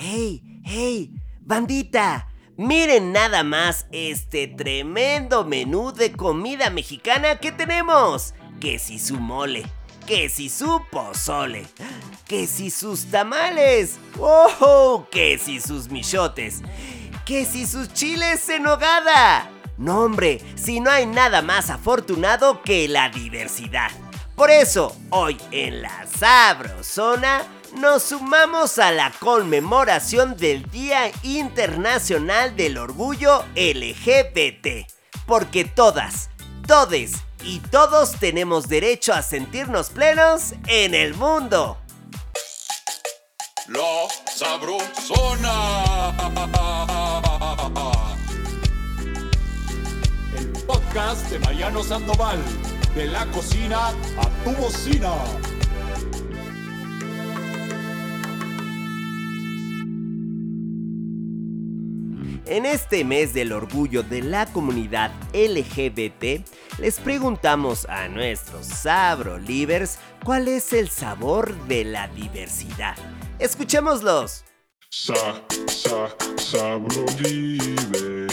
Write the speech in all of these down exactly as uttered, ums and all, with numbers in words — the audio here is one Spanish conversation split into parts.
¡Hey, hey! ¡Bandita! Miren nada más este tremendo menú de comida mexicana que tenemos. Que si su mole, que si su pozole, que si sus tamales, ¡oh! Que si sus michotes, que si sus chiles en nogada. No, hombre, si no hay nada más afortunado que la diversidad. Por eso, hoy en la Sabrosona nos sumamos a la conmemoración del Día Internacional del Orgullo L G B T. Porque todas, todes y todos tenemos derecho a sentirnos plenos en el mundo. La Sabrosona. El podcast de Mariano Sandoval. De la cocina a tu bocina. En este mes del orgullo de la comunidad L G B T, les preguntamos a nuestros Sabrolivers cuál es el sabor de la diversidad. ¡Escuchémoslos! Sa, sa, Sabrolivers.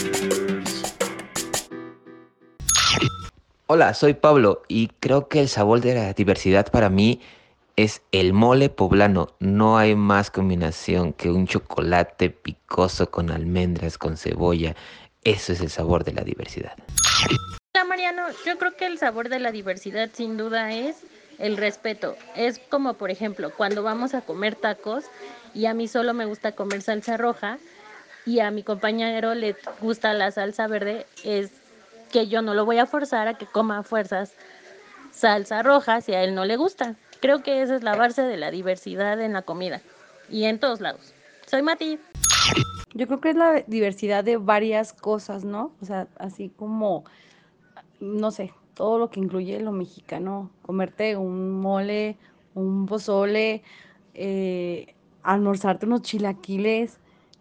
Hola, soy Pablo y creo que el sabor de la diversidad para mí es el mole poblano. No hay más combinación que un chocolate picoso con almendras, con cebolla. Eso es el sabor de la diversidad. Hola Mariano, yo creo que el sabor de la diversidad sin duda es el respeto. Es como por ejemplo cuando vamos a comer tacos y a mí solo me gusta comer salsa roja y a mi compañero le gusta la salsa verde, es que yo no lo voy a forzar a que coma a fuerzas salsa roja si a él no le gusta. Creo que esa es la base de la diversidad en la comida y en todos lados. Soy Mati. Yo creo que es la diversidad de varias cosas, ¿no? O sea, así como, no sé, todo lo que incluye lo mexicano. Comerte un mole, un pozole, eh, almorzarte unos chilaquiles,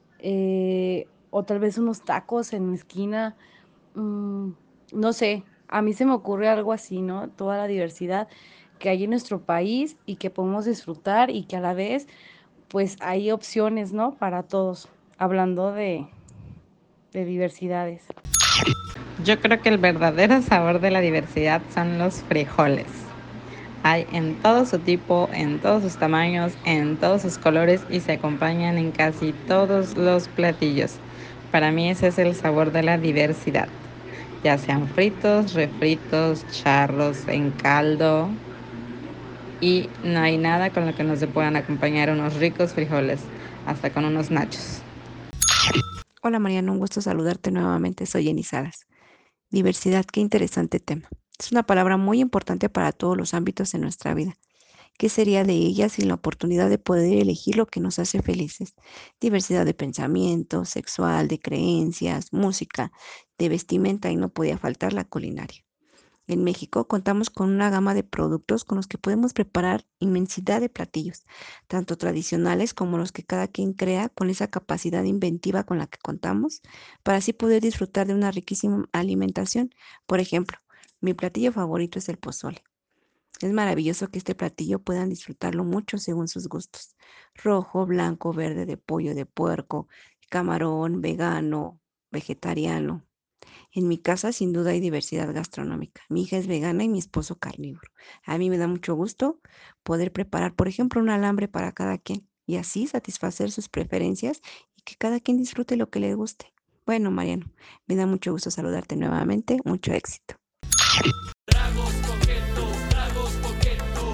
eh, o tal vez unos tacos en la esquina. Mm, no sé, a mí se me ocurre algo así, ¿no? Toda la diversidad que hay en nuestro país y que podemos disfrutar y que a la vez, pues hay opciones, ¿no? Para todos, hablando de, de diversidades. Yo creo que el verdadero sabor de la diversidad son los frijoles. Hay en todo su tipo, en todos sus tamaños, en todos sus colores y se acompañan en casi todos los platillos. Para mí ese es el sabor de la diversidad. Ya sean fritos, refritos, charros, en caldo. Y no hay nada con lo que no se puedan acompañar unos ricos frijoles, hasta con unos nachos. Hola Mariano, un gusto saludarte nuevamente, soy Jenny Salas. Diversidad, qué interesante tema. Es una palabra muy importante para todos los ámbitos de nuestra vida. ¿Qué sería de ella sin la oportunidad de poder elegir lo que nos hace felices? Diversidad de pensamiento, sexual, de creencias, música, de vestimenta y no podía faltar la culinaria. En México contamos con una gama de productos con los que podemos preparar inmensidad de platillos, tanto tradicionales como los que cada quien crea con esa capacidad inventiva con la que contamos, para así poder disfrutar de una riquísima alimentación. Por ejemplo, mi platillo favorito es el pozole. Es maravilloso que este platillo puedan disfrutarlo mucho según sus gustos. Rojo, blanco, verde, de pollo, de puerco, camarón, vegano, vegetariano. En mi casa sin duda hay diversidad gastronómica. Mi hija es vegana y mi esposo carnívoro. A mí me da mucho gusto poder preparar, por ejemplo, un alambre para cada quien y así satisfacer sus preferencias y que cada quien disfrute lo que le guste. Bueno, Mariano, me da mucho gusto saludarte nuevamente. Mucho éxito. Tragos coquetos, tragos coquetos.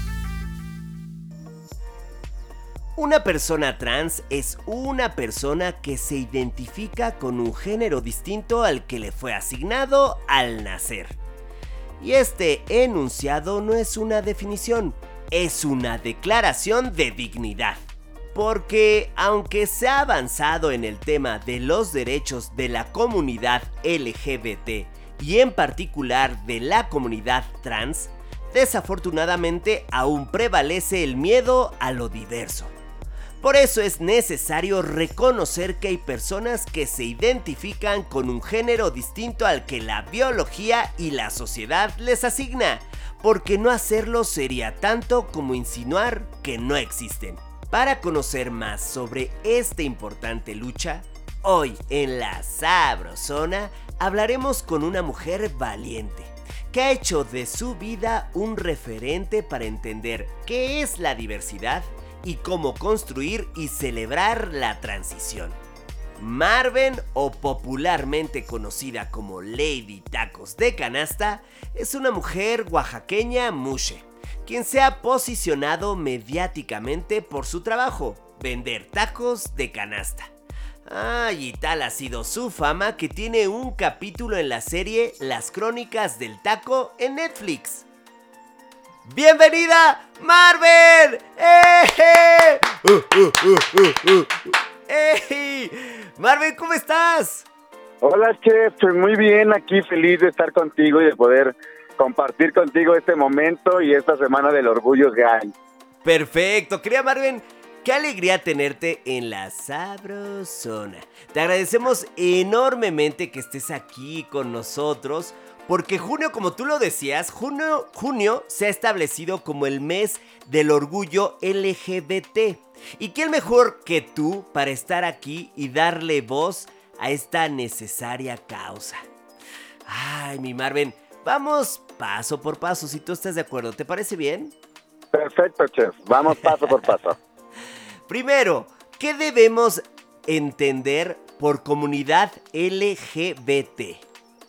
Una persona trans es una persona que se identifica con un género distinto al que le fue asignado al nacer. Y este enunciado no es una definición, es una declaración de dignidad. Porque aunque se ha avanzado en el tema de los derechos de la comunidad L G B T y en particular de la comunidad trans, desafortunadamente aún prevalece el miedo a lo diverso. Por eso es necesario reconocer que hay personas que se identifican con un género distinto al que la biología y la sociedad les asigna, porque no hacerlo sería tanto como insinuar que no existen. Para conocer más sobre esta importante lucha, hoy en La Sabrosona hablaremos con una mujer valiente que ha hecho de su vida un referente para entender qué es la diversidad y cómo construir y celebrar la transición. Marven, o popularmente conocida como Lady Tacos de Canasta, es una mujer oaxaqueña mushe, quien se ha posicionado mediáticamente por su trabajo, vender tacos de canasta. Ay, y tal ha sido su fama que tiene un capítulo en la serie Las Crónicas del Taco en Netflix. ¡Bienvenida, Marven! ¡Eh! ¡Uh, uh, uh, uh, uh! ¡Ey! Marven, ¿cómo estás? Hola, chef, estoy muy bien aquí, feliz de estar contigo y de poder compartir contigo este momento y esta semana del orgullo gay. Perfecto, querida Marven, qué alegría tenerte en La Sabrosona. Te agradecemos enormemente que estés aquí con nosotros, porque junio, como tú lo decías, junio, junio se ha establecido como el mes del orgullo L G B T. ¿Y quién mejor que tú para estar aquí y darle voz a esta necesaria causa? Ay, mi Marven, vamos paso por paso, si tú estás de acuerdo. ¿Te parece bien? Perfecto, chef. Vamos paso por paso. Primero, ¿qué debemos entender por comunidad L G B T?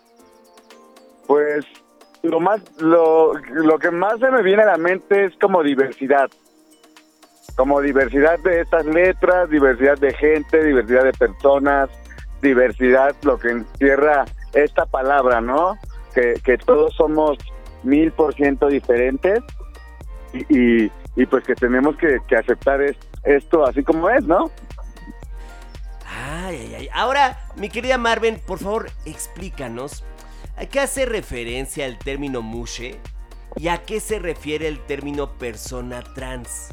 Pues lo más, lo, lo que más se me viene a la mente es como diversidad. Como diversidad de estas letras, diversidad de gente, diversidad de personas, diversidad, lo que encierra esta palabra, ¿no? Que, que todos somos mil por ciento diferentes y, y, y pues que tenemos que, que aceptar es, esto así como es, ¿no? Ay, ay, ay. Ahora, mi querida Marven, por favor, explícanos a qué hace referencia el término mushe y a qué se refiere el término persona trans.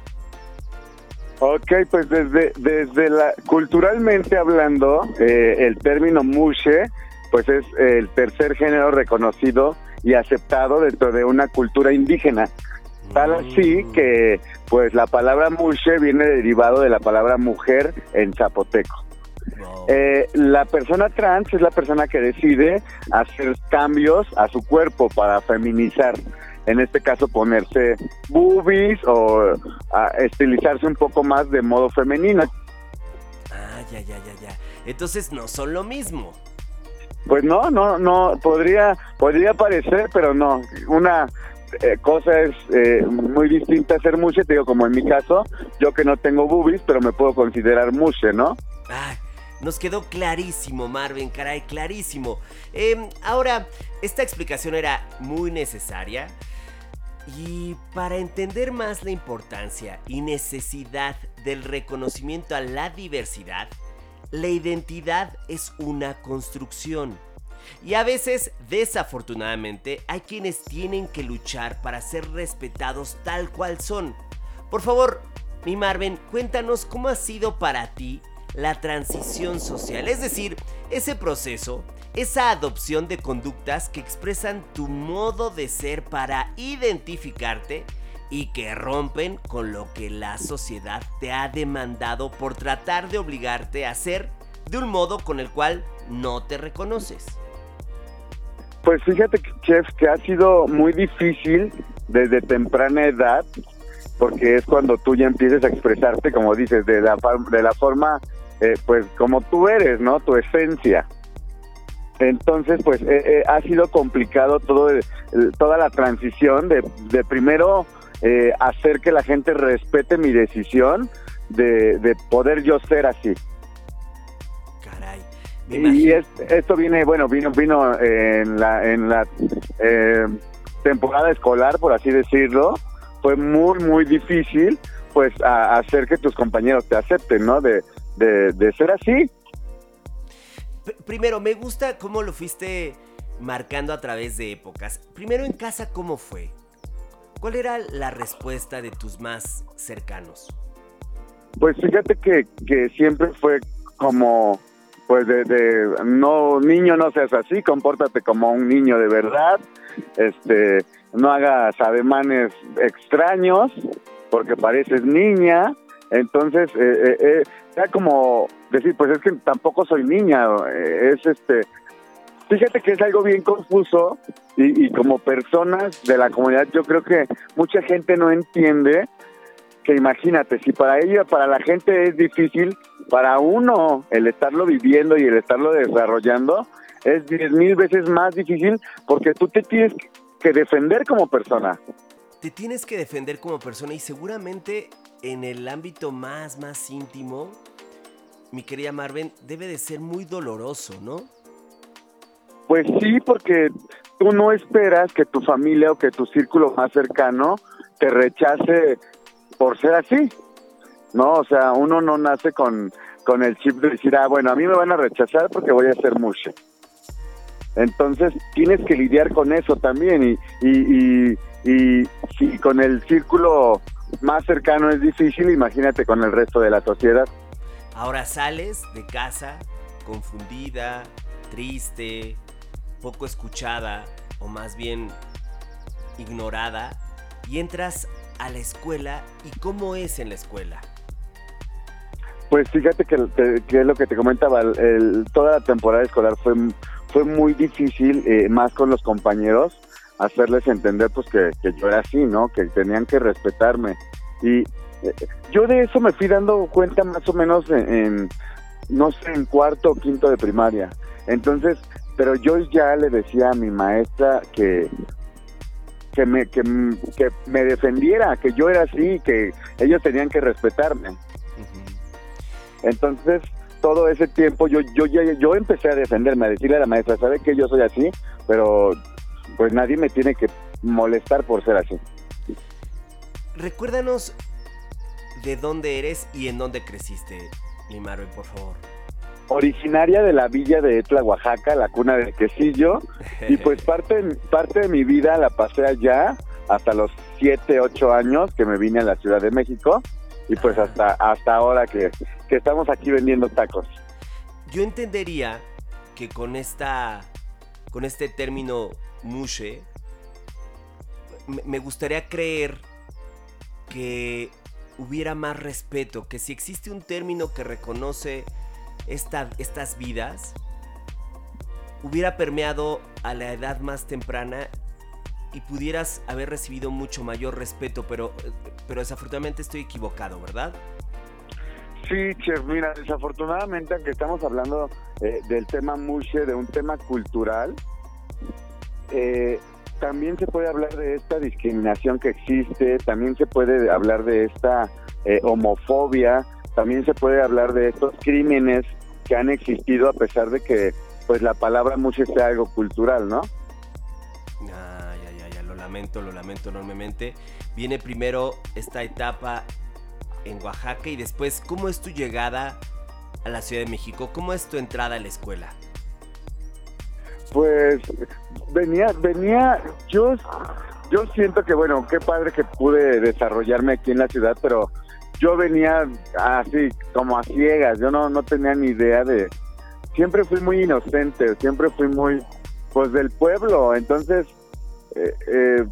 Ok, pues desde, desde la, culturalmente hablando, eh, el término mushe, pues es el tercer género reconocido y aceptado dentro de una cultura indígena. Tal así que, pues la palabra mushe viene derivado de la palabra mujer en zapoteco. Wow. Eh, la persona trans es la persona que decide hacer cambios a su cuerpo para feminizar. En este caso ponerse boobies o a estilizarse un poco más de modo femenino. Ah, ya, ya, ya, ya. Entonces no son lo mismo. Pues no, no, no, podría, podría parecer, pero no. Una eh, cosa es eh, muy distinta a ser mushe, te digo, como en mi caso, yo que no tengo boobies, pero me puedo considerar mushe, ¿no? Ah, nos quedó clarísimo, Marven, caray, clarísimo. Eh, ahora, esta explicación era muy necesaria. Y para entender más la importancia y necesidad del reconocimiento a la diversidad, la identidad es una construcción. Y a veces, desafortunadamente, hay quienes tienen que luchar para ser respetados tal cual son. Por favor, mi Marven, cuéntanos cómo ha sido para ti la transición social, es decir, ese proceso, esa adopción de conductas que expresan tu modo de ser para identificarte y que rompen con lo que la sociedad te ha demandado por tratar de obligarte a ser de un modo con el cual no te reconoces. Pues fíjate, chef, que ha sido muy difícil desde temprana edad, porque es cuando tú ya empiezas a expresarte, como dices, de la, de la forma, eh, pues como tú eres, ¿no? Tu esencia. Entonces, pues eh, eh, ha sido complicado todo el, toda la transición de, de primero eh, hacer que la gente respete mi decisión de, de poder yo ser así. Caray. Y es, esto viene, bueno, vino vino en la en la eh, temporada escolar, por así decirlo. Fue muy, muy difícil, pues, a, a hacer que tus compañeros te acepten, ¿no? De, de, de ser así. Primero, me gusta cómo lo fuiste marcando a través de épocas. Primero, en casa, ¿cómo fue? ¿Cuál era la respuesta de tus más cercanos? Pues fíjate que, que siempre fue como, pues de, de, no, niño, no seas así, compórtate como un niño de verdad, este, no hagas ademanes extraños, porque pareces niña, Entonces, eh, eh, eh, era como decir, pues es que tampoco soy niña, eh, es este... Fíjate que es algo bien confuso y, y como personas de la comunidad yo creo que mucha gente no entiende que imagínate, si para ella, para la gente es difícil, para uno el estarlo viviendo y el estarlo desarrollando es diez mil veces más difícil porque tú te tienes que defender como persona. Te tienes que defender como persona y seguramente en el ámbito más, más íntimo, mi querida Marven, debe de ser muy doloroso, ¿no? Pues sí, porque tú no esperas que tu familia o que tu círculo más cercano te rechace por ser así, ¿no? O sea, uno no nace con, con el chip de decir, ah, bueno, a mí me van a rechazar porque voy a ser mushe. Entonces tienes que lidiar con eso también y, y, y, y si con el círculo más cercano es difícil, imagínate con el resto de la sociedad. Ahora sales de casa confundida, triste, poco escuchada o más bien ignorada y entras a la escuela. ¿Y cómo es en la escuela? Pues fíjate que, que es lo que te comentaba, el, el, toda la temporada escolar fue, fue muy difícil, eh, más con los compañeros, hacerles entender pues que, que yo era así, ¿no? Que tenían que respetarme. Y eh, yo de eso me fui dando cuenta más o menos en, en, no sé, en cuarto o quinto de primaria. Entonces, pero yo ya le decía a mi maestra que... Que me, que, que me defendiera, que yo era así, que ellos tenían que respetarme. Uh-huh. Entonces, todo ese tiempo yo yo ya yo empecé a defenderme, a decirle a la maestra, ¿sabe que yo soy así? Pero pues nadie me tiene que molestar por ser así. Recuérdanos de dónde eres y en dónde creciste, mi Marven, por favor. Originaria de la villa de Etla, Oaxaca, la cuna del quesillo, y pues parte, parte de mi vida la pasé allá hasta los siete, ocho años que me vine a la Ciudad de México, y pues hasta, hasta ahora que, que estamos aquí vendiendo tacos. Yo entendería que con esta, con este término mushe, me gustaría creer que hubiera más respeto, que si existe un término que reconoce Esta, estas vidas, hubiera permeado a la edad más temprana y pudieras haber recibido mucho mayor respeto, pero, pero desafortunadamente estoy equivocado, ¿verdad? Sí, chef, mira, desafortunadamente, aunque estamos hablando eh, del tema mushe, de un tema cultural, eh, también se puede hablar de esta discriminación que existe, también se puede hablar de esta eh, homofobia, también se puede hablar de estos crímenes que han existido a pesar de que pues la palabra mushe sea algo cultural, ¿no? Ah, ya, ya, ya, lo lamento, lo lamento enormemente. Viene primero esta etapa en Oaxaca y después, ¿cómo es tu llegada a la Ciudad de México? ¿Cómo es tu entrada a la escuela? Pues venía, venía, yo, yo siento que bueno, qué padre que pude desarrollarme aquí en la ciudad, pero yo venía así, como a ciegas, yo no, no tenía ni idea de... Siempre fui muy inocente, siempre fui muy, pues, del pueblo, entonces eh, eh,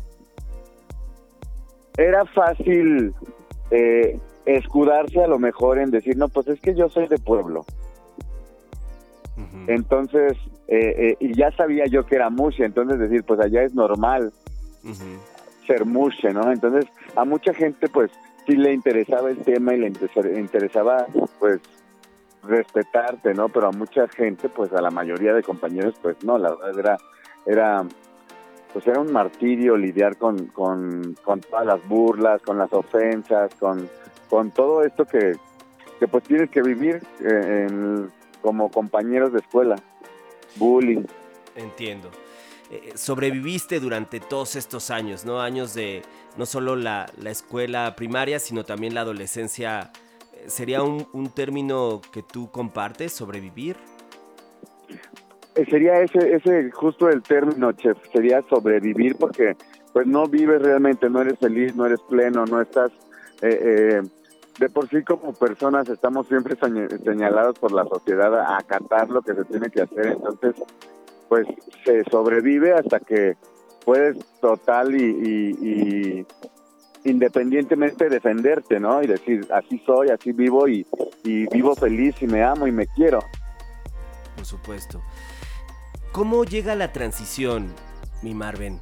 era fácil eh, escudarse a lo mejor en decir, no, pues es que yo soy de pueblo. Uh-huh. Entonces, eh, eh, y ya sabía yo que era mushe, entonces decir, pues allá es normal uh-huh. ser mushe, ¿no? Entonces, a mucha gente, pues, sí le interesaba el tema y le interesaba, pues, respetarte, ¿no? Pero a mucha gente, pues, a la mayoría de compañeros, pues, no, la verdad era, era pues, era un martirio lidiar con, con, con todas las burlas, con las ofensas, con, con todo esto que, que, pues, tienes que vivir eh, en, como compañeros de escuela, bullying. Entiendo. Eh, sobreviviste durante todos estos años, ¿no? Años de no solo la, la escuela primaria, sino también la adolescencia. ¿Sería un, un término que tú compartes, sobrevivir? Eh, sería ese, ese justo el término, chef, sería sobrevivir porque pues no vives realmente, no eres feliz, no eres pleno, no estás... Eh, eh, de por sí como personas estamos siempre señalados por la sociedad a acatar lo que se tiene que hacer, entonces pues se sobrevive hasta que puedes total y, y, y, independientemente defenderte, ¿no? Y decir, así soy, así vivo y, y vivo feliz y me amo y me quiero. Por supuesto. ¿Cómo llega la transición, mi Marven?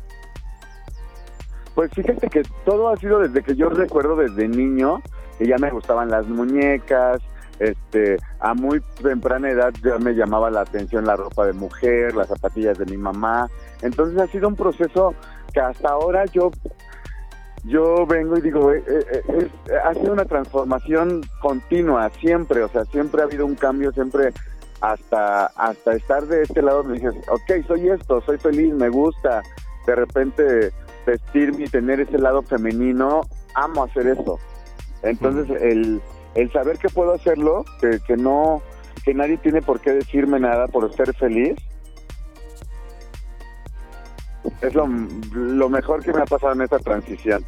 Pues fíjate que todo ha sido desde que yo recuerdo desde niño, que ya me gustaban las muñecas, este, a muy temprana edad ya me llamaba la atención la ropa de mujer, las zapatillas de mi mamá. Entonces ha sido un proceso que hasta ahora yo yo vengo y digo, eh, eh, es, ha sido una transformación continua, siempre, o sea, siempre ha habido un cambio, siempre hasta hasta estar de este lado me dices, ok, soy esto, soy feliz, me gusta, de repente vestirme y tener ese lado femenino, amo hacer eso. Entonces el, el saber que puedo hacerlo, que, que no, que nadie tiene por qué decirme nada por ser feliz, es lo, lo mejor que me ha pasado en esta transición.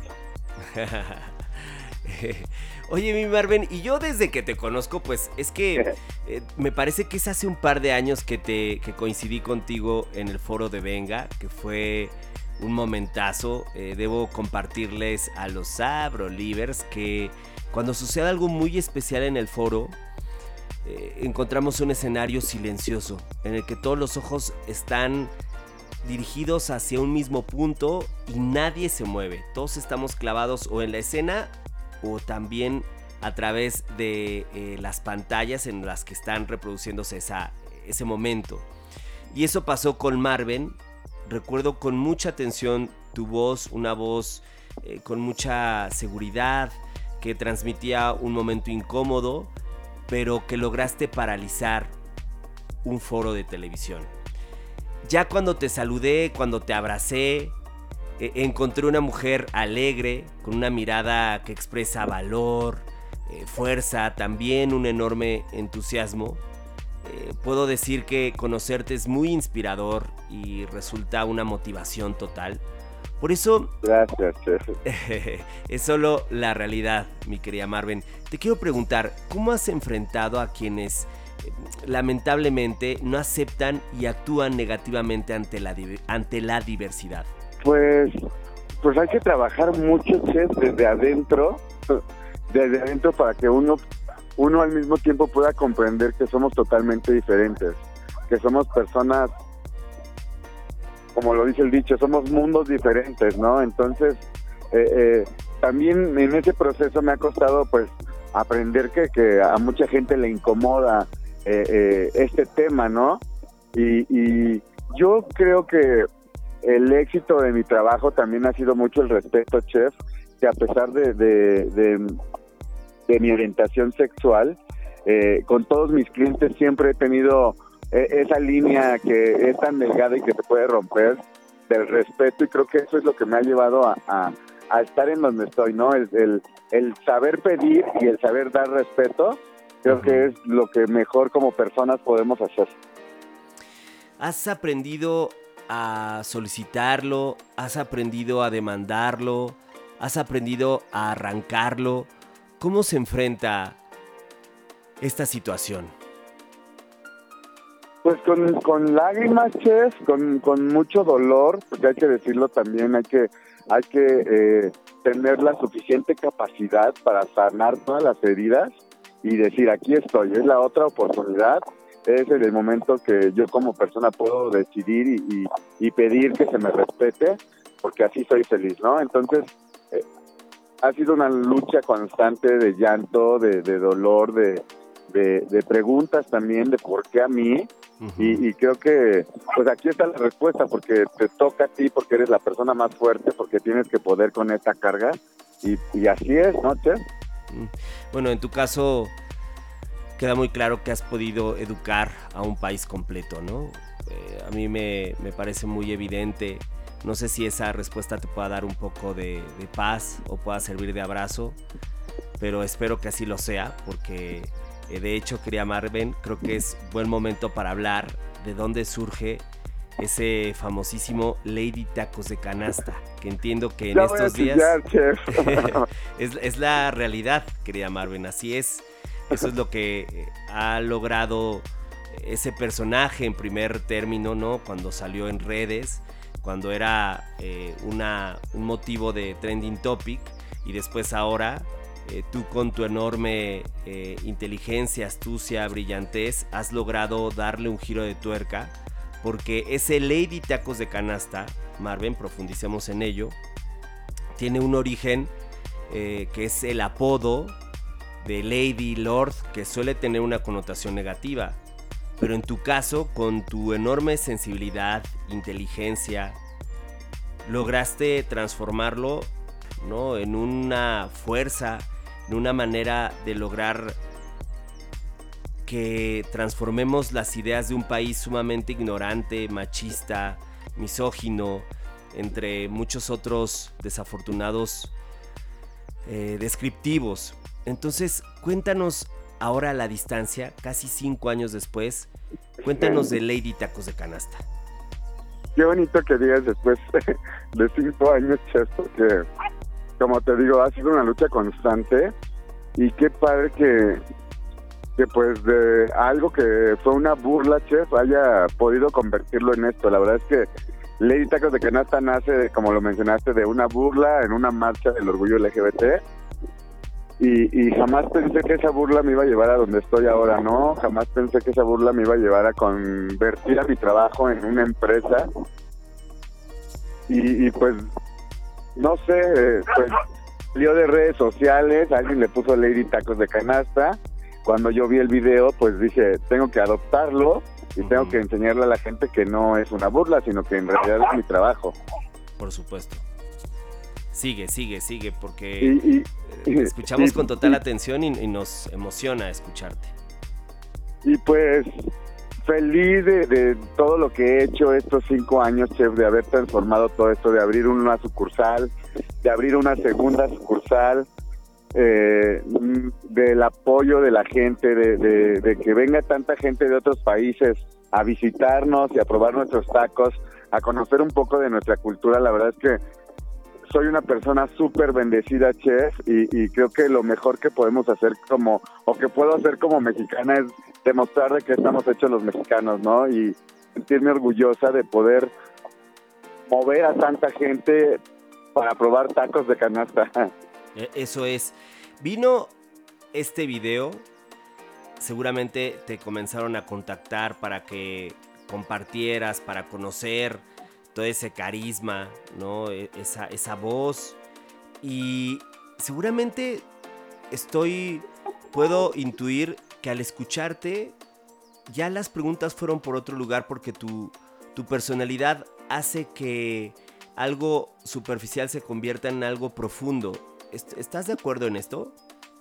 Oye, mi Marven, y yo desde que te conozco, pues es que eh, me parece que es hace un par de años que te que coincidí contigo en el foro de Venga, que fue un momentazo. Eh, debo compartirles a los Sabrolivers que cuando sucede algo muy especial en el foro, eh, encontramos un escenario silencioso en el que todos los ojos están dirigidos hacia un mismo punto y nadie se mueve. Todos estamos clavados o en la escena o también a través de eh, las pantallas en las que están reproduciéndose esa, ese momento. Y eso pasó con Marven. Recuerdo con mucha atención tu voz, una voz eh, con mucha seguridad, que transmitía un momento incómodo, pero que lograste paralizar un foro de televisión. Ya cuando te saludé, cuando te abracé, eh, encontré una mujer alegre, con una mirada que expresa valor, eh, fuerza, también un enorme entusiasmo. Eh, puedo decir que conocerte es muy inspirador y resulta una motivación total. Por eso... Gracias, chef. Es solo la realidad, mi querida Marven. Te quiero preguntar, ¿cómo has enfrentado a quienes eh, lamentablemente no aceptan y actúan negativamente ante la, ante la diversidad? Pues, pues hay que trabajar mucho, chef, desde adentro, desde adentro para que uno, uno al mismo tiempo pueda comprender que somos totalmente diferentes, que somos personas, como lo dice el dicho, somos mundos diferentes, ¿no? Entonces, eh, eh, también en ese proceso me ha costado, pues, aprender que, que a mucha gente le incomoda eh, eh, este tema, ¿no? Y, y yo creo que el éxito de mi trabajo también ha sido mucho el respeto, chef, que a pesar de, de, de, de mi orientación sexual, eh, con todos mis clientes siempre he tenido esa línea que es tan delgada y que se puede romper, del respeto, y creo que eso es lo que me ha llevado a, a, a estar en donde estoy, ¿no? El, el, el saber pedir y el saber dar respeto, creo uh-huh. que es lo que mejor como personas podemos hacer. ¿Has aprendido a solicitarlo? ¿Has aprendido a demandarlo? ¿Has aprendido a arrancarlo? ¿Cómo se enfrenta esta situación? Pues con, con lágrimas, chef, con, con mucho dolor, porque hay que decirlo también, hay que hay que eh, tener la suficiente capacidad para sanar todas las heridas y decir, aquí estoy, es la otra oportunidad, es en el momento que yo como persona puedo decidir y, y, y pedir que se me respete, porque así soy feliz, ¿no? Entonces, eh, ha sido una lucha constante de llanto, de, de dolor, de, de, de preguntas también de por qué a mí. Uh-huh. Y, y creo que pues aquí está la respuesta, porque te toca a ti, porque eres la persona más fuerte, porque tienes que poder con esta carga y, y así es, ¿no, Chef? Bueno, en tu caso queda muy claro que has podido educar a un país completo, ¿no? Eh, a mí me, me parece muy evidente. No sé si esa respuesta te pueda dar un poco de, de paz o pueda servir de abrazo, pero espero que así lo sea, porque de hecho, querida Marven, creo que es buen momento para hablar de dónde surge ese famosísimo Lady Tacos de Canasta, que entiendo que en ya estos voy a días chillar, es, es la realidad, querida Marven, así es. Eso es lo que ha logrado ese personaje en primer término, ¿no? Cuando salió en redes, cuando era eh, una, un motivo de trending topic, y después ahora eh, tú con tu enorme eh, inteligencia, astucia, brillantez has logrado darle un giro de tuerca, porque ese Lady Tacos de Canasta, Marven, profundicemos en ello, tiene un origen eh, que es el apodo de Lady Lord, que suele tener una connotación negativa. Pero en tu caso, con tu enorme sensibilidad, inteligencia, lograste transformarlo, ¿no?, en una fuerza, en una manera de lograr que transformemos las ideas de un país sumamente ignorante, machista, misógino, entre muchos otros desafortunados eh, descriptivos. Entonces, cuéntanos ahora a la distancia, casi cinco años después, cuéntanos de Lady Tacos de Canasta. Qué bonito que digas después de cinco años, Chef, porque, como te digo, ha sido una lucha constante, y qué padre que, que pues de algo que fue una burla, Chef, haya podido convertirlo en esto. La verdad es que Lady Tacos de Canasta nace, como lo mencionaste, de una burla en una marcha del orgullo L G B T. Y, y jamás pensé que esa burla me iba a llevar a donde estoy ahora, ¿no? Jamás pensé que esa burla me iba a llevar a convertir a mi trabajo en una empresa. Y, y pues, no sé, pues salió de redes sociales, alguien le puso Lady Tacos de Canasta. Cuando yo vi el video, pues dije, tengo que adoptarlo y tengo que enseñarle a la gente que no es una burla, sino que en realidad es mi trabajo. Por supuesto. Sigue, sigue, sigue, porque y, y, te escuchamos y, con total y, atención y, y nos emociona escucharte. Y pues feliz de, de todo lo que he hecho estos cinco años, Chef, de haber transformado todo esto, de abrir una sucursal, de abrir una segunda sucursal, eh, del apoyo de la gente, de, de, de que venga tanta gente de otros países a visitarnos y a probar nuestros tacos, a conocer un poco de nuestra cultura. La verdad es que soy una persona súper bendecida, Chef, y, y creo que lo mejor que podemos hacer como, o que puedo hacer como mexicana, es demostrar de qué estamos hechos los mexicanos, ¿no? Y sentirme orgullosa de poder mover a tanta gente para probar tacos de canasta. Eso es. Vino este video, seguramente te comenzaron a contactar para que compartieras, para conocer todo ese carisma, ¿no? Esa, esa voz. Y seguramente estoy, puedo intuir que al escucharte ya las preguntas fueron por otro lugar, porque tu, tu personalidad hace que algo superficial se convierta en algo profundo. ¿Estás de acuerdo en esto?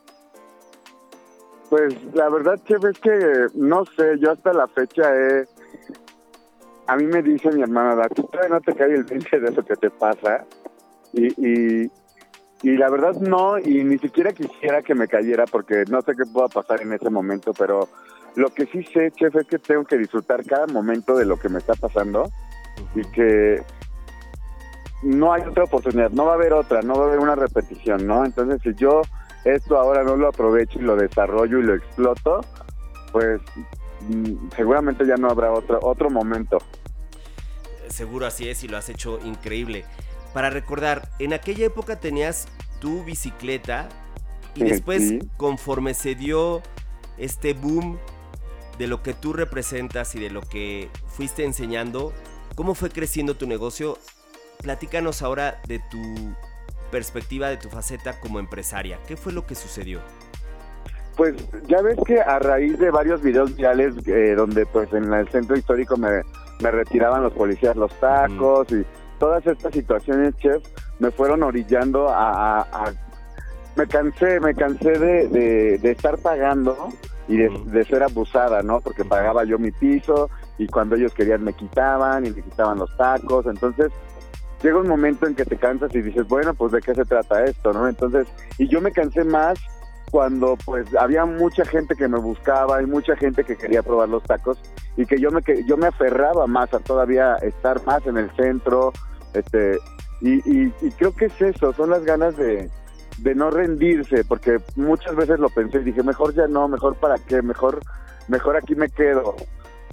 Pues la verdad, Chef, es que no sé, yo hasta la fecha he... A mí me dice mi hermana, ¿tú todavía no te cae el veinte de eso que te pasa? Y, y, y la verdad no, y ni siquiera quisiera que me cayera, porque no sé qué pueda pasar en ese momento, pero lo que sí sé, Chef, es que tengo que disfrutar cada momento de lo que me está pasando, y que no hay otra oportunidad, no va a haber otra, no va a haber una repetición, ¿no? Entonces, si yo esto ahora no lo aprovecho y lo desarrollo y lo exploto, pues seguramente ya no habrá otro, otro momento. Seguro así es, y lo has hecho increíble. Para recordar, en aquella época tenías tu bicicleta y después, sí, conforme se dio este boom de lo que tú representas y de lo que fuiste enseñando, ¿cómo fue creciendo tu negocio? Platícanos ahora de tu perspectiva, de tu faceta como empresaria. ¿Qué fue lo que sucedió? Pues ya ves que a raíz de varios videos virales eh, donde pues en el centro histórico me, me retiraban los policías los tacos, mm. y todas estas situaciones, Chef, me fueron orillando a... a, a me cansé, me cansé de, de, de estar pagando y de, mm. de ser abusada, ¿no? Porque pagaba yo mi piso y cuando ellos querían me quitaban y me quitaban los tacos. Entonces llega un momento en que te cansas y dices, bueno, pues ¿de qué se trata esto, no? Entonces, y yo me cansé más cuando pues había mucha gente que me buscaba y mucha gente que quería probar los tacos, y que yo me que yo me aferraba más a todavía estar más en el centro, este y, y, y creo que es eso, son las ganas de, de no rendirse, porque muchas veces lo pensé y dije, mejor ya no, mejor para qué, mejor, mejor aquí me quedo.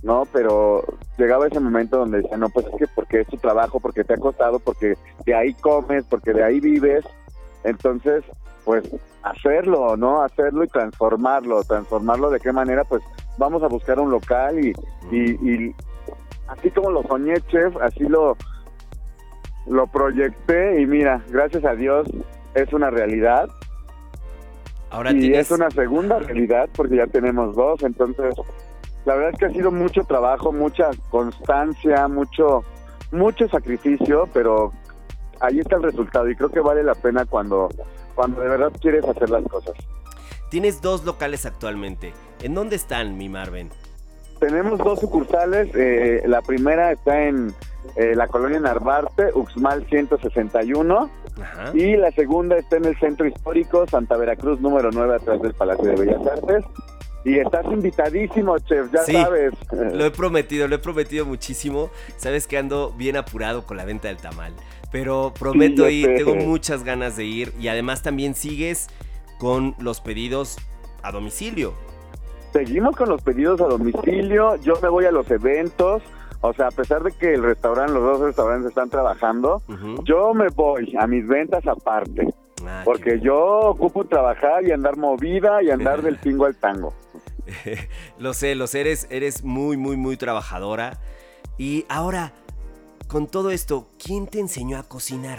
¿no? Pero llegaba ese momento donde decía, no, pues es que porque es tu trabajo, porque te ha costado, porque de ahí comes, porque de ahí vives. Entonces, pues hacerlo, ¿no? Hacerlo y transformarlo. ¿Transformarlo de qué manera? Pues vamos a buscar un local y, y, y así como lo soñé, chef, así lo, lo proyecté y mira, gracias a Dios es una realidad. Ahora y tienes... es una segunda realidad porque ya tenemos dos, entonces la verdad es que ha sido mucho trabajo, mucha constancia, mucho mucho sacrificio, pero ahí está el resultado y creo que vale la pena cuando, cuando de verdad quieres hacer las cosas. Tienes dos locales actualmente. ¿En dónde están, mi Marvin? Tenemos dos sucursales, eh, la primera está en eh, la colonia Narvarte, Uxmal ciento sesenta y uno. Ajá. Y la segunda está en el Centro Histórico, Santa Veracruz, número nueve, atrás del Palacio de Bellas Artes. Y estás invitadísimo, chef, ya sí, sabes. Lo he prometido, lo he prometido muchísimo. Sabes que ando bien apurado con la venta del tamal. Pero prometo sí, ir, tengo muchas ganas de ir. Y además también sigues con los pedidos a domicilio. Seguimos con los pedidos a domicilio, yo me voy a los eventos. O sea, a pesar de que el restaurante, los dos restaurantes están trabajando, uh-huh. yo me voy a mis ventas aparte. Ah, porque yo ocupo trabajar y andar movida y andar del pingo al tango. Lo sé, lo sé, eres, eres muy, muy, muy trabajadora. Y ahora, con todo esto, ¿quién te enseñó a cocinar?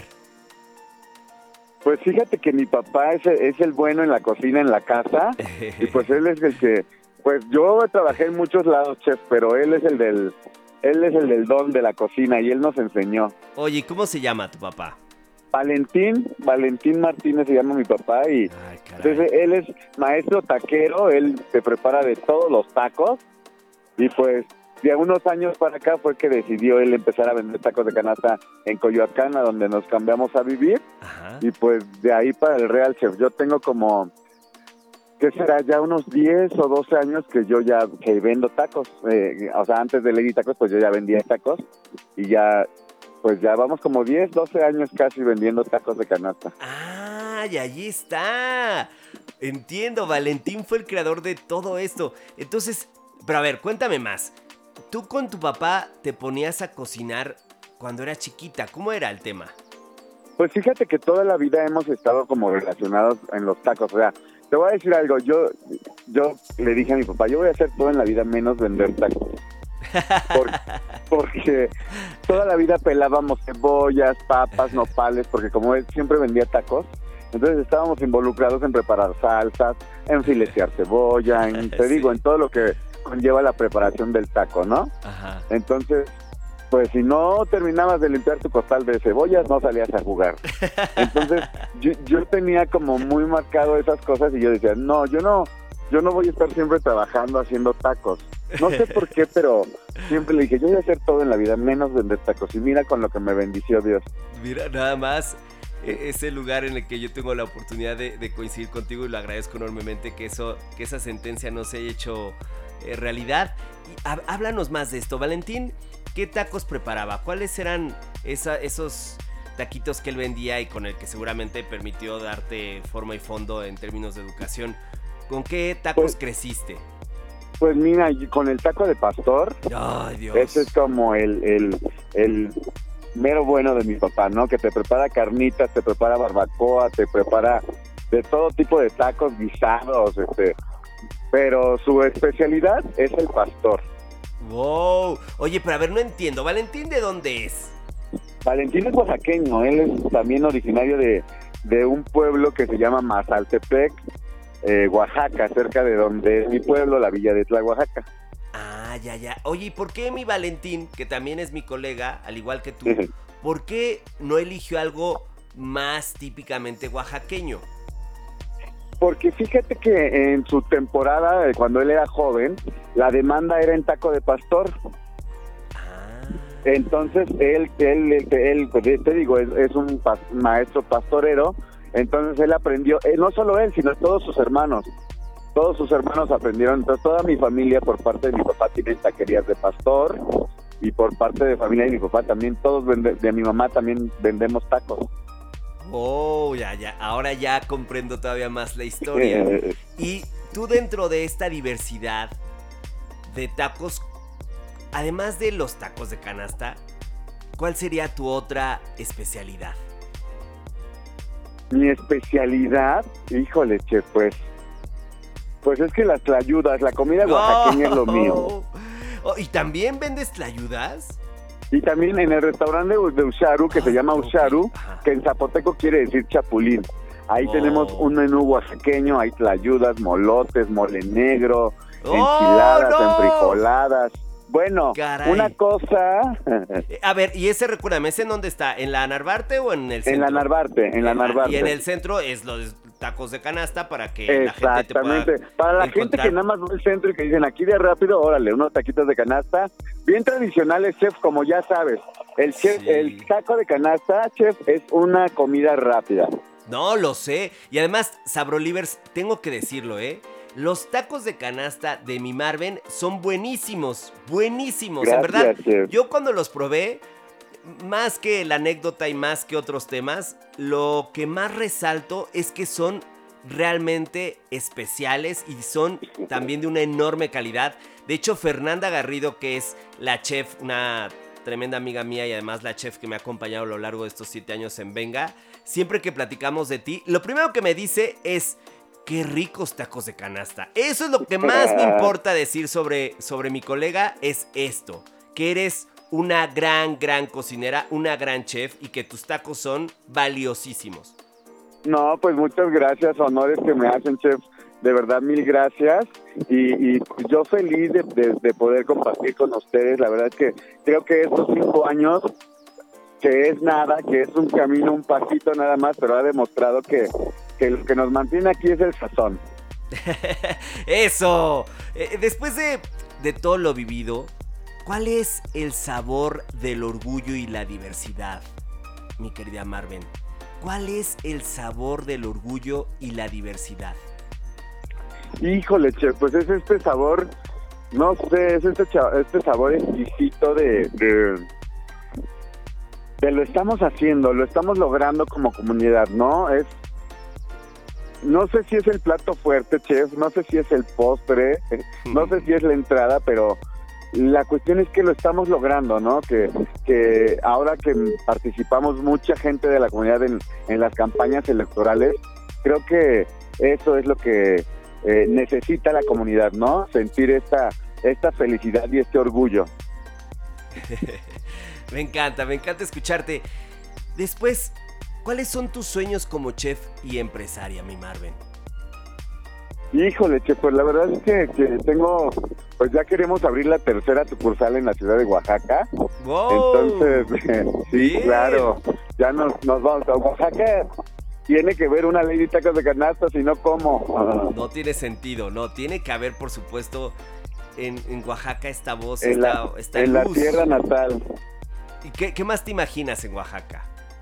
Pues fíjate que mi papá es, es el bueno en la cocina, en la casa. Y pues él es el que... Pues yo trabajé en muchos lados, chef, pero él es el del... Él es el del don de la cocina y él nos enseñó. Oye, ¿cómo se llama tu papá? Valentín, Valentín Martínez se llama mi papá y Ay, entonces él es maestro taquero, él se prepara de todos los tacos y pues de unos años para acá fue que decidió él empezar a vender tacos de canasta en Coyoacán, a donde nos cambiamos a vivir. Ajá. Y pues de ahí para el Real Chef. Yo tengo como, ¿qué será? Ya unos diez o doce años que yo ya que vendo tacos, eh, o sea, antes de Lady Tacos pues yo ya vendía tacos y ya... Pues ya vamos como diez, doce años casi vendiendo tacos de canasta. ¡Ah! Y allí está. Entiendo, Valentín fue el creador de todo esto. Entonces, pero a ver, cuéntame más. Tú con tu papá te ponías a cocinar cuando eras chiquita. ¿Cómo era el tema? Pues fíjate que toda la vida hemos estado como relacionados en los tacos. O sea, te voy a decir algo. Yo, yo le dije a mi papá, yo voy a hacer todo en la vida menos vender tacos. Por, porque toda la vida pelábamos cebollas, papas, nopales, porque como él siempre vendía tacos, entonces estábamos involucrados en preparar salsas, en filetear cebolla, en, te sí. digo, en todo lo que conlleva la preparación del taco, ¿no? Ajá. Entonces, pues si no terminabas de limpiar tu costal de cebollas, no salías a jugar. Entonces, yo, yo tenía como muy marcado esas cosas y yo decía, no, yo no, yo no voy a estar siempre trabajando haciendo tacos. No sé por qué, pero siempre le dije, yo voy a hacer todo en la vida, menos vender tacos. Y mira con lo que me bendició Dios. Mira, nada más, ese lugar en el que yo tengo la oportunidad de, de coincidir contigo y lo agradezco enormemente que eso, que esa sentencia no se haya hecho eh, realidad. Y háblanos más de esto, Valentín. ¿Qué tacos preparaba? ¿Cuáles eran esa, esos taquitos que él vendía y con el que seguramente permitió darte forma y fondo en términos de educación? ¿Con qué tacos pues, creciste? Pues mira, con el taco de pastor. Ay, Dios. Ese es como el, el, el mero bueno de mi papá, ¿no? Que te prepara carnitas, te prepara barbacoa, te prepara de todo tipo de tacos guisados, este, pero su especialidad es el pastor. Wow. Oye, pero a ver, no entiendo. ¿Valentín de dónde es? Valentín es oaxaqueño. Él es también originario de, de un pueblo que se llama Mazaltepec, eh, Oaxaca, cerca de donde es mi pueblo, la villa de Tla, Oaxaca. Ah, ya, ya. Oye, ¿y por qué mi Valentín, que también es mi colega, al igual que tú, por qué no eligió algo más típicamente oaxaqueño? Porque fíjate que en su temporada, cuando él era joven, la demanda era en taco de pastor. Ah. Entonces, él, él, él, él pues, te digo, es, es un pas, maestro pastorero. Entonces, él aprendió, eh, no solo él, sino todos sus hermanos. Todos sus hermanos aprendieron. Entonces, toda mi familia, por parte de mi papá, tiene taquerías de pastor. Y por parte de familia de mi papá también, todos vende, de mi mamá también vendemos tacos. Oh, ya, ya. Ahora ya comprendo todavía más la historia. Y tú dentro de esta diversidad de tacos, además de los tacos de canasta, ¿cuál sería tu otra especialidad? Mi especialidad, híjole, chef, pues, pues es que las tlayudas, la comida oaxaqueña es lo mío. Oh, ¿y también vendes tlayudas? Y también en el restaurante de Usharu, que se llama ok, Usharu, ajá. que en zapoteco quiere decir chapulín. Ahí Oh. tenemos un menú oaxaqueño, hay tlayudas, molotes, mole negro, ¡Oh, enchiladas, no! enfrijoladas. Bueno, Caray. una cosa Eh, A ver, y ese, recuérdame, ¿ese en dónde está? ¿En la Narvarte o en el centro? en la Narvarte, en la Narvarte. Y en el centro es los tacos de canasta para que la gente te Exactamente. pueda Para la gente encontrar. que nada más va al centro y que dicen aquí de rápido, órale, unos taquitos de canasta, bien tradicionales, chef, como ya sabes. El chef, Sí. el taco de canasta, chef, es una comida rápida. No, lo sé. Y además, Sabrolivers, tengo que decirlo, ¿eh? Los tacos de canasta de mi Marven son buenísimos, buenísimos. Gracias, en verdad, chef. yo cuando los probé, más que la anécdota y más que otros temas, lo que más resalto es que son realmente especiales y son también de una enorme calidad. De hecho, Fernanda Garrido, que es la chef, una tremenda amiga mía y además la chef que me ha acompañado a lo largo de estos siete años en Venga, siempre que platicamos de ti, lo primero que me dice es: ¡qué ricos tacos de canasta! Eso es lo que más me importa decir sobre, sobre mi colega, es esto, que eres una gran, gran cocinera, una gran chef y que tus tacos son valiosísimos. No, pues muchas gracias, honores que me hacen, chef. De verdad, mil gracias. Y, y yo feliz de, de, de poder compartir con ustedes. La verdad es que creo que estos cinco años, que es nada, que es un camino, un pasito nada más, pero ha demostrado que, que lo que nos mantiene aquí es el sazón. ¡Eso! Eh, después de, de todo lo vivido, ¿cuál es el sabor del orgullo y la diversidad, mi querida Marven? ¿Cuál es el sabor del orgullo y la diversidad? Híjole, chef, pues es este sabor, no sé, es este, cha- este sabor exquisito de, de, de lo estamos haciendo, lo estamos logrando como comunidad, ¿no? Es, no sé si es el plato fuerte, chef, no sé si es el postre, no sé si es la entrada, pero la cuestión es que lo estamos logrando, ¿no? Que, que ahora que participamos mucha gente de la comunidad en, en las campañas electorales, creo que eso es lo que eh, necesita la comunidad, ¿no? Sentir esta, esta felicidad y este orgullo. Me encanta, me encanta escucharte. Después, ¿cuáles son tus sueños como chef y empresaria, mi Marven? Híjole, che, pues la verdad es que, que tengo, pues ya queremos abrir la tercera sucursal en la ciudad de Oaxaca. ¡Wow! Entonces, sí, Bien. claro, ya nos, nos vamos a Oaxaca. Tiene que ver una ley de tacos de canasta, si no, ¿cómo? No tiene sentido, no, tiene que haber, por supuesto, en, en Oaxaca esta voz, En esta, la, esta en la luz. tierra natal. ¿Y qué, qué más te imaginas en Oaxaca?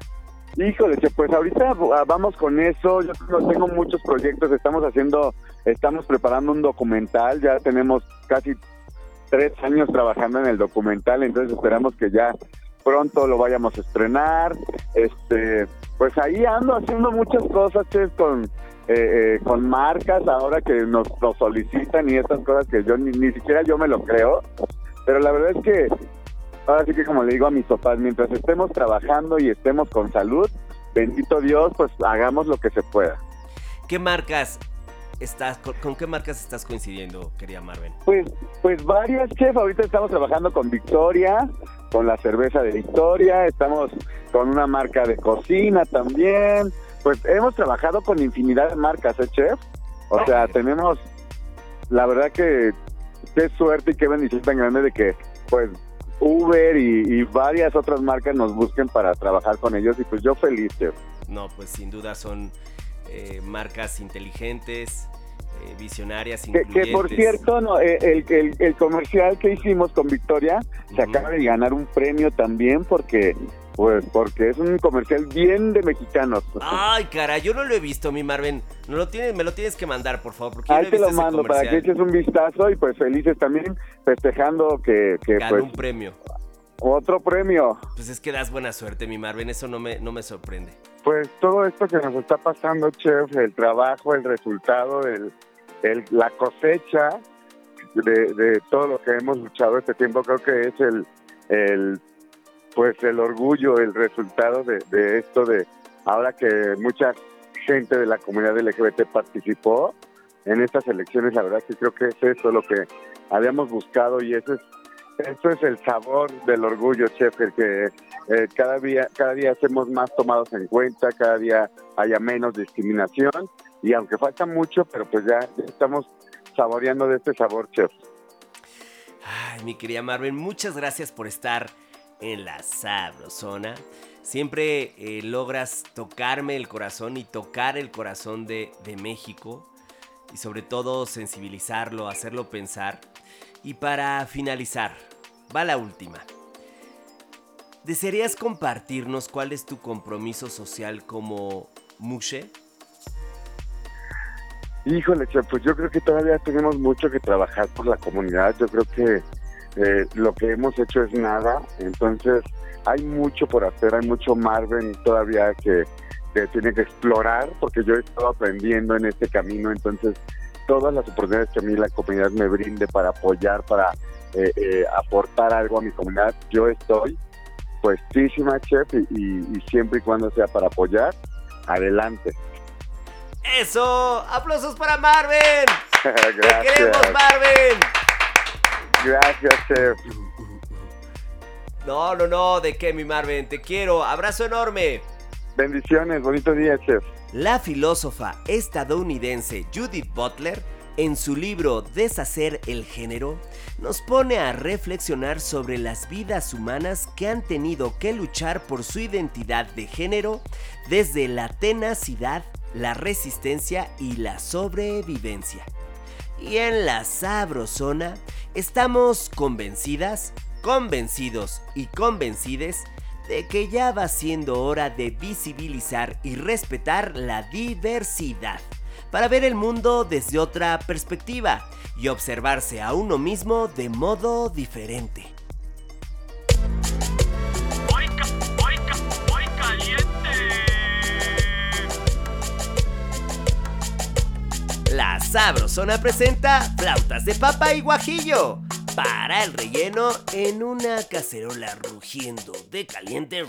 Híjole, che, pues ahorita ah, vamos con eso. Yo tengo, tengo muchos proyectos. Estamos haciendo, estamos preparando un documental. Ya tenemos casi tres años trabajando en el documental, entonces esperamos que ya pronto lo vayamos a estrenar. Este, pues ahí ando haciendo muchas cosas, che, con eh, eh, con marcas ahora que nos, nos solicitan y estas cosas que yo ni, ni siquiera yo me lo creo. Pero la verdad es que ahora sí que, como le digo a mis papás, mientras estemos trabajando y estemos con salud, bendito Dios, pues hagamos lo que se pueda. ¿Qué marcas estás, con, con qué marcas estás coincidiendo, querida Marven? Pues, pues varias, chef. Ahorita estamos trabajando con Victoria, con la cerveza de Victoria, estamos con una marca de cocina también. Pues hemos trabajado con infinidad de marcas, ¿eh, chef? O sea, tenemos, la verdad que qué suerte y qué bendición tan grande de que, pues, Uber y, y varias otras marcas nos busquen para trabajar con ellos, y pues yo feliz, chef. No, pues sin duda son eh, marcas inteligentes, eh, visionarias, Que, incluyentes. que por cierto, no, eh, el, el, el comercial que hicimos con Victoria se Ujú. acaba de ganar un premio también porque, pues, porque es un comercial bien de mexicanos. Ay, cara, yo no lo he visto, mi Marven. No lo tienes, me lo tienes que mandar, por favor, porque yo no Ahí he te visto lo ese mando para que comercial. eches un vistazo y pues felices también festejando que, que Ganó pues un premio. otro premio. Pues es que das buena suerte, mi Marven, eso no me, no me sorprende. Pues todo esto que nos está pasando, chef, el trabajo, el resultado, el, el, la cosecha, de, de todo lo que hemos luchado este tiempo, creo que es el, el pues el orgullo, el resultado de, de esto, de ahora que mucha gente de la comunidad L G B T participó en estas elecciones. La verdad que creo que es eso lo que habíamos buscado, y eso es eso es el sabor del orgullo, chef, el que eh, cada día cada día hacemos más tomados en cuenta, cada día haya menos discriminación, y aunque falta mucho, pero pues ya, ya estamos saboreando de este sabor, chef. Ay, mi querida Marven, muchas gracias por estar en la Sabrosona. Siempre eh, logras tocarme el corazón y tocar el corazón de, de México, y sobre todo sensibilizarlo, hacerlo pensar. Y para finalizar, va la última. ¿Desearías compartirnos cuál es tu compromiso social como Mushe? Híjole, chef, pues yo creo que todavía tenemos mucho que trabajar por la comunidad. Yo creo que eh, lo que hemos hecho es nada, entonces hay mucho por hacer, hay mucho Marven todavía que, que tiene que explorar, porque yo he estado aprendiendo en este camino, entonces todas las oportunidades que a mí la comunidad me brinde para apoyar, para eh, eh, aportar algo a mi comunidad, yo estoy puestísima, chef, y, y, y siempre y cuando sea para apoyar, adelante. ¡Eso! ¡Aplausos para Marven! Gracias. ¡Te queremos, Marven! Gracias, chef. No, no, no, ¿de qué, mi Marven? Te quiero, abrazo enorme. Bendiciones, bonito día, chef. La filósofa estadounidense Judith Butler, en su libro Deshacer el género, nos pone a reflexionar sobre las vidas humanas que han tenido que luchar por su identidad de género desde la tenacidad, la resistencia y la sobrevivencia. Y en la Sabrosona estamos convencidas, convencidos y convencides de que ya va siendo hora de visibilizar y respetar la diversidad, para ver el mundo desde otra perspectiva y observarse a uno mismo de modo diferente. Muy, ca- muy, ca- muy caliente. La Sabrosona presenta flautas de papa y guajillo para el relleno en una cacerola rugiendo de caliente.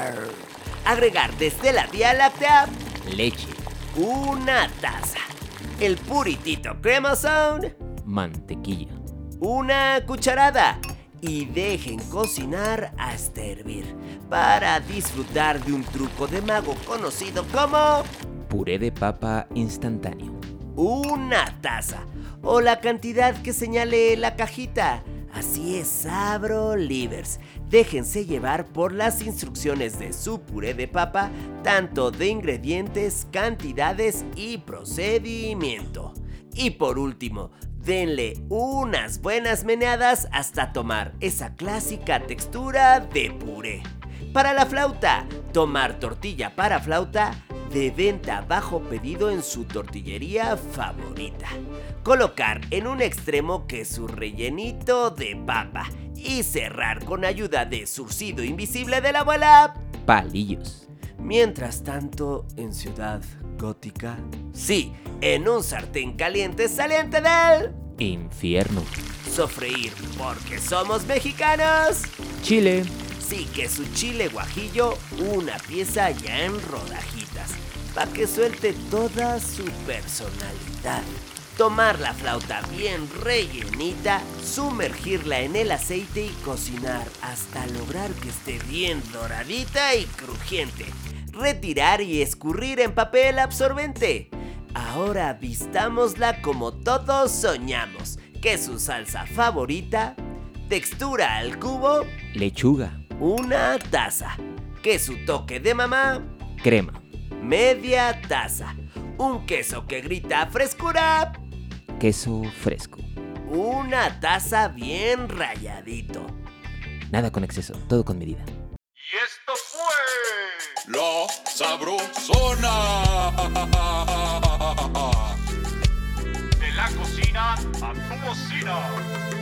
Agregar desde la Vía Láctea Leche, una taza, el puritito cremosón, mantequilla, una cucharada, y dejen cocinar hasta hervir para disfrutar de un truco de mago conocido como puré de papa instantáneo, una taza o la cantidad que señale la cajita. Así es, Sabrolivers. Déjense llevar por las instrucciones de su puré de papa, tanto de ingredientes, cantidades y procedimiento. Y por último, denle unas buenas meneadas hasta tomar esa clásica textura de puré. Para la flauta, tomar tortilla para flauta de venta bajo pedido en su tortillería favorita. Colocar en un extremo que su rellenito de papa y cerrar con ayuda de surcido invisible de la abuela. palillos. Mientras tanto, en Ciudad Gótica, sí, en un sartén caliente saliente del Infierno. sofreír, porque somos mexicanos. Chile. Sí, que su chile guajillo, una pieza ya en rodajitas, para que suelte toda su personalidad. Tomar la flauta bien rellenita, sumergirla en el aceite y cocinar hasta lograr que esté bien doradita y crujiente. Retirar y escurrir en papel absorbente. Ahora vistámosla como todos soñamos, que su salsa favorita, textura al cubo, Lechuga. una taza, que su toque de mamá, Crema. media taza, un queso que grita frescura, Queso fresco. una taza bien rayadito. Nada con exceso, todo con medida. Y esto fue La Sabrosona. De la cocina a tu bocina.